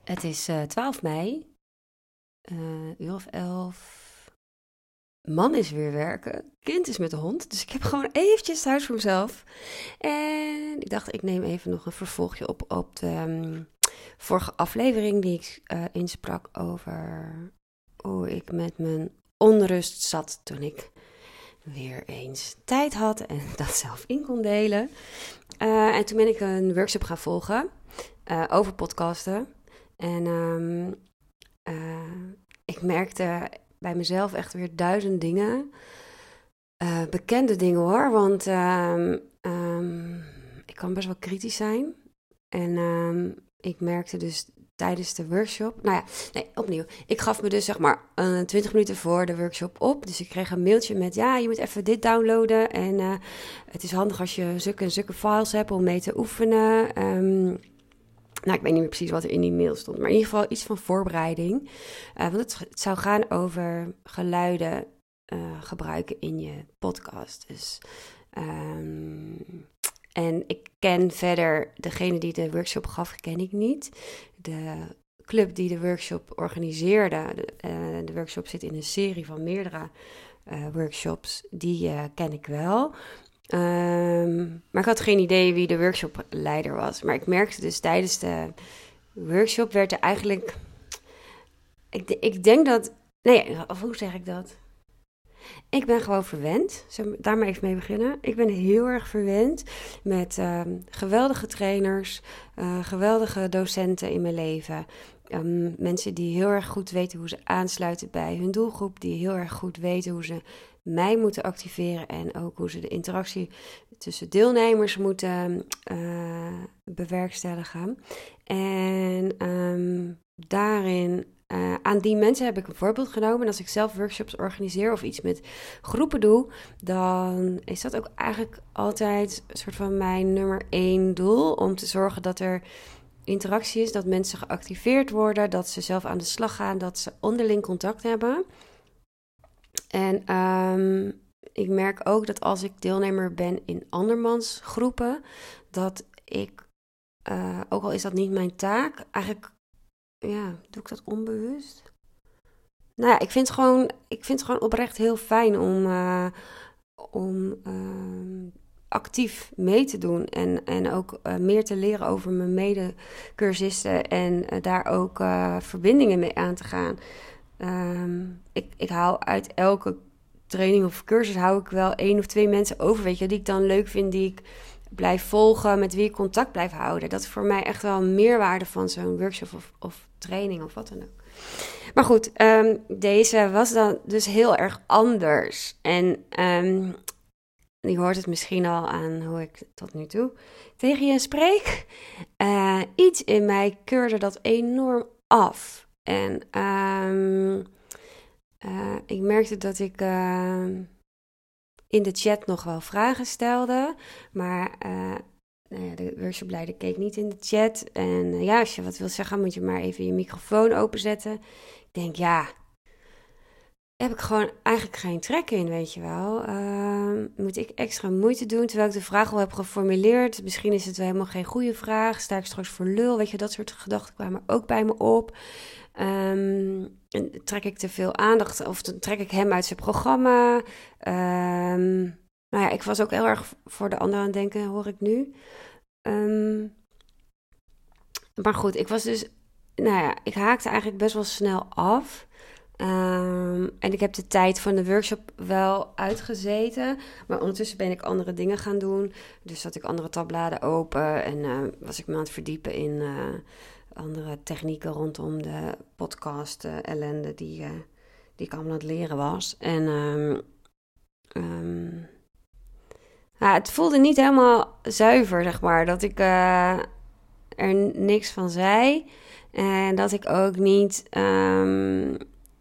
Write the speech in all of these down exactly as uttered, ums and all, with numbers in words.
Het is uh, twaalf mei, uh, uur of elf. Man is weer werken, kind is met de hond. Dus ik heb gewoon eventjes het huis voor mezelf. En ik dacht, ik neem even nog een vervolgje op op de um, vorige aflevering die ik uh, insprak over hoe ik met mijn onrust zat toen ik weer eens tijd had en dat zelf in kon delen. Uh, en toen ben ik een workshop gaan volgen uh, over podcasten. En um, uh, ik merkte bij mezelf echt weer duizend dingen. Uh, bekende dingen hoor, want um, um, ik kan best wel kritisch zijn. En um, ik merkte dus tijdens de workshop... Nou ja, nee, opnieuw. Ik gaf me dus zeg maar uh, twintig minuten voor de workshop op. Dus ik kreeg een mailtje met... Ja, je moet even dit downloaden. En uh, het is handig als je zulke en zulke files hebt om mee te oefenen. Um, Nou, ik weet niet meer precies wat er in die mail stond. Maar in ieder geval iets van voorbereiding. Uh, want het, het zou gaan over geluiden uh, gebruiken in je podcast. Dus, um, en ik ken verder degene die de workshop gaf, ken ik niet. De club die de workshop organiseerde. De, uh, de workshop zit in een serie van meerdere uh, workshops. Die uh, ken ik wel. Um, maar ik had geen idee wie de workshopleider was. Maar ik merkte dus tijdens de workshop werd er eigenlijk... Ik, ik denk dat... Nee, of hoe zeg ik dat? Ik ben gewoon verwend. Zullen we daar maar even mee beginnen? Ik ben heel erg verwend met uh, geweldige trainers, uh, geweldige docenten in mijn leven. Um, mensen die heel erg goed weten hoe ze aansluiten bij hun doelgroep. Die heel erg goed weten hoe ze mij moeten activeren. En ook hoe ze de interactie tussen deelnemers moeten uh, bewerkstelligen. En um, daarin... Uh, aan die mensen heb ik een voorbeeld genomen. En als ik zelf workshops organiseer of iets met groepen doe, dan is dat ook eigenlijk altijd een soort van mijn nummer één doel. Om te zorgen dat er interactie is, dat mensen geactiveerd worden, dat ze zelf aan de slag gaan, dat ze onderling contact hebben. En um, ik merk ook dat als ik deelnemer ben in andermans groepen, dat ik, uh, ook al is dat niet mijn taak, eigenlijk... Ja, doe ik dat onbewust? Nou ja, ik vind het gewoon, ik vind het gewoon oprecht heel fijn om, uh, om uh, actief mee te doen. En, en ook uh, meer te leren over mijn medecursisten. En uh, daar ook uh, verbindingen mee aan te gaan. Um, ik, ik hou uit elke training of cursus hou ik wel één of twee mensen over, weet je, die ik dan leuk vind, die ik blijf volgen, met wie ik contact blijf houden. Dat is voor mij echt wel een meerwaarde van zo'n workshop of, of training of wat dan ook. Maar goed, um, deze was dan dus heel erg anders. En um, je hoort het misschien al aan hoe ik tot nu toe tegen je spreek. Uh, iets in mij keurde dat enorm af. En um, uh, ik merkte dat ik... Uh, in de chat nog wel vragen stelde, maar uh, nou ja, de workshopleider keek niet in de chat. En uh, ja, als je wat wil zeggen, moet je maar even je microfoon openzetten. Ik denk, ja, heb ik gewoon eigenlijk geen trek in, weet je wel. Uh, moet ik extra moeite doen, terwijl ik de vraag al heb geformuleerd. Misschien is het wel helemaal geen goede vraag. Sta ik straks voor lul, weet je, dat soort gedachten kwamen ook bij me op. Um, en trek ik te veel aandacht of trek ik hem uit zijn programma? Um, nou ja, ik was ook heel erg voor de ander aan het denken, hoor ik nu. Um, maar goed, ik was dus, nou ja, ik haakte eigenlijk best wel snel af. Um, en ik heb de tijd van de workshop wel uitgezeten. Maar ondertussen ben ik andere dingen gaan doen. Dus zat ik andere tabbladen open en uh, was ik me aan het verdiepen in... Uh, andere technieken rondom de podcast uh, ellende die, uh, die ik allemaal aan het leren was. En um, um, ja, het voelde niet helemaal zuiver, zeg maar. Dat ik uh, er niks van zei. En dat ik ook niet, um,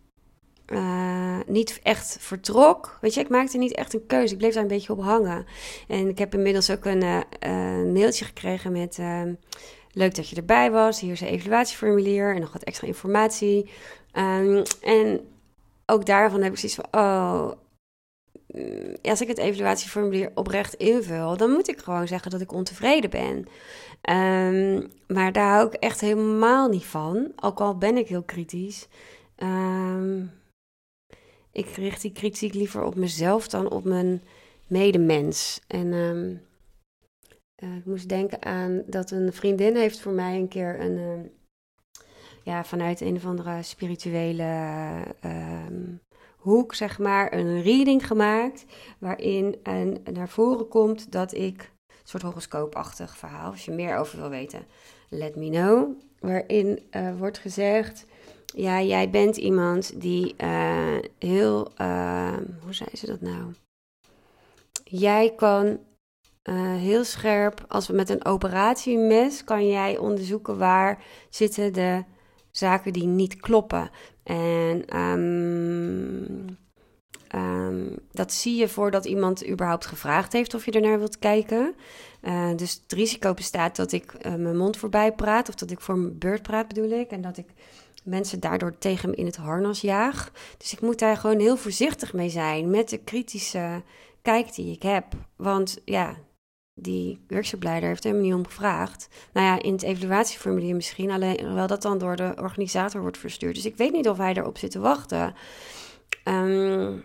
uh, niet echt vertrok. Weet je, ik maakte niet echt een keuze. Ik bleef daar een beetje op hangen. En ik heb inmiddels ook een uh, uh, mailtje gekregen met... Uh, Leuk dat je erbij was. Hier is een evaluatieformulier en nog wat extra informatie. Um, en ook daarvan heb ik zoiets van... Oh, als ik het evaluatieformulier oprecht invul, dan moet ik gewoon zeggen dat ik ontevreden ben. Um, maar daar hou ik echt helemaal niet van, ook al ben ik heel kritisch. Um, ik richt die kritiek liever op mezelf dan op mijn medemens. En um, uh, ik moest denken aan dat een vriendin heeft voor mij een keer een... Uh, ja, vanuit een of andere spirituele uh, hoek, zeg maar, een reading gemaakt, waarin een, naar voren komt dat ik, een soort horoscoopachtig verhaal, als je meer over wil weten, let me know, waarin uh, wordt gezegd, ja, jij bent iemand die uh, heel, uh, hoe zei ze dat nou? Jij kan uh, heel scherp, als we met een operatiemes, kan jij onderzoeken waar zitten de zaken die niet kloppen. En um, um, dat zie je voordat iemand überhaupt gevraagd heeft of je ernaar wilt kijken. Uh, dus het risico bestaat dat ik uh, mijn mond voorbij praat, of dat ik voor mijn beurt praat bedoel ik. En dat ik mensen daardoor tegen me in het harnas jaag. Dus ik moet daar gewoon heel voorzichtig mee zijn met de kritische kijk die ik heb. Want ja, die workshopleider heeft helemaal niet om gevraagd. Nou ja, in het evaluatieformulier misschien, alleen wel dat dan door de organisator wordt verstuurd. Dus ik weet niet of hij erop zit te wachten. Um,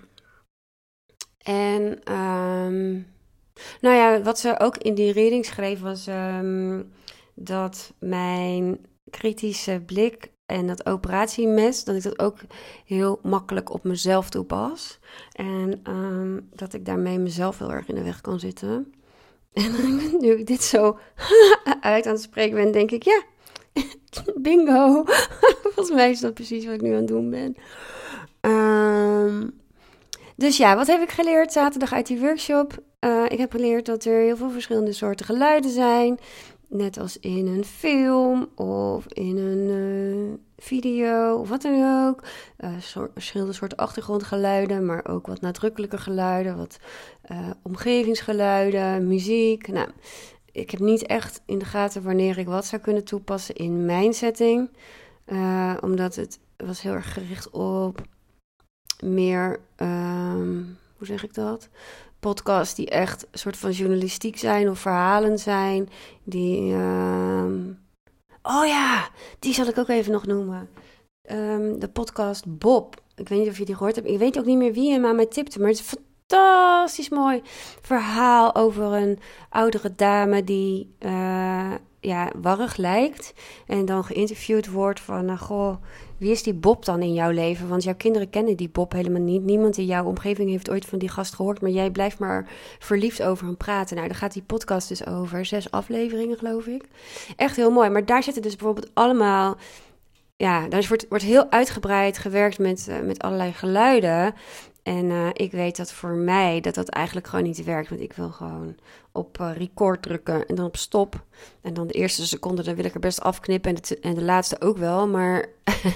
en um, nou ja, wat ze ook in die reading schreef was um, dat mijn kritische blik en dat operatiemes, dat ik dat ook heel makkelijk op mezelf toepas. En um, dat ik daarmee mezelf heel erg in de weg kan zitten. En nu ik dit zo uit aan het spreken ben, denk ik, ja, bingo. Volgens mij is dat precies wat ik nu aan het doen ben. Um, dus ja, wat heb ik geleerd zaterdag uit die workshop? Uh, ik heb geleerd dat er heel veel verschillende soorten geluiden zijn. Net als in een film of in een uh, video of wat dan ook. Uh, soort, verschillende soorten achtergrondgeluiden, maar ook wat nadrukkelijke geluiden, wat uh, omgevingsgeluiden, muziek. Nou, ik heb niet echt in de gaten wanneer ik wat zou kunnen toepassen in mijn setting. Uh, omdat het was heel erg gericht op meer, um, hoe zeg ik dat? Podcasts die echt een soort van journalistiek zijn of verhalen zijn. Die, um... oh ja, die zal ik ook even nog noemen. Um, de podcast Bob. Ik weet niet of je die gehoord hebt. Ik weet ook niet meer wie hem aan mij tipte, maar het is een fantastisch mooi verhaal over een oudere dame die uh, ja, warrig lijkt. En dan geïnterviewd wordt van, uh, goh, wie is die Bob dan in jouw leven? Want jouw kinderen kennen die Bob helemaal niet. Niemand in jouw omgeving heeft ooit van die gast gehoord, maar jij blijft maar verliefd over hem praten. Nou, daar gaat die podcast dus over. Zes afleveringen, geloof ik. Echt heel mooi. Maar daar zitten dus bijvoorbeeld allemaal... Ja, daar wordt, wordt heel uitgebreid gewerkt met, uh, met allerlei geluiden. En uh, ik weet dat voor mij dat dat eigenlijk gewoon niet werkt. Want ik wil gewoon op uh, record drukken en dan op stop. En dan de eerste seconde, dan wil ik er best afknippen. En de, en de laatste ook wel, maar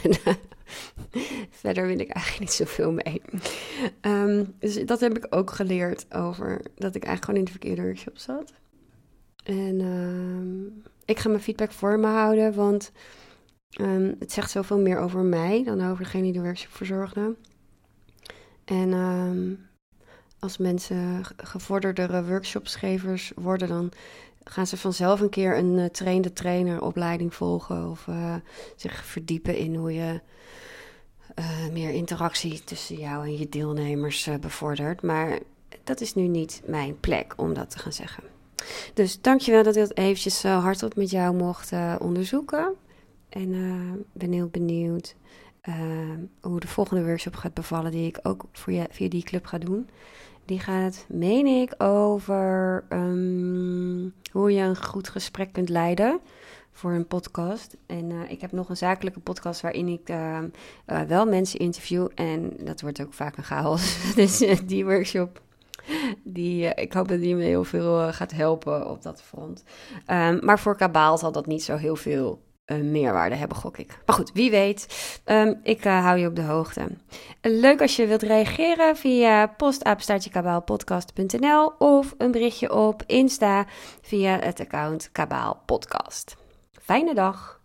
verder wil ik eigenlijk niet zoveel mee. Um, dus dat heb ik ook geleerd over dat ik eigenlijk gewoon in de verkeerde workshop zat. En um, ik ga mijn feedback voor me houden, want um, het zegt zoveel meer over mij dan over degene die de workshop verzorgde. En um, als mensen gevorderdere workshopsgevers worden, dan gaan ze vanzelf een keer een uh, trainde trainer opleiding volgen. Of uh, zich verdiepen in hoe je uh, meer interactie tussen jou en je deelnemers uh, bevordert. Maar dat is nu niet mijn plek om dat te gaan zeggen. Dus dankjewel dat ik dat eventjes uh, hardop met jou mocht uh, onderzoeken. En uh, ben heel benieuwd Uh, hoe de volgende workshop gaat bevallen, die ik ook voor je, via die club ga doen. Die gaat, meen ik, over um, hoe je een goed gesprek kunt leiden voor een podcast. En uh, ik heb nog een zakelijke podcast waarin ik uh, uh, wel mensen interview. En dat wordt ook vaak een chaos. Dus uh, die workshop, die, uh, ik hoop dat die me heel veel uh, gaat helpen op dat front. Um, maar voor Kabaal zal dat niet zo heel veel een meerwaarde hebben, gok ik. Maar goed, wie weet. Um, ik uh, hou je op de hoogte. Leuk als je wilt reageren via postapenstaartje kabaalpodcast punt n l of een berichtje op Insta via het account Kabaal Podcast. Fijne dag!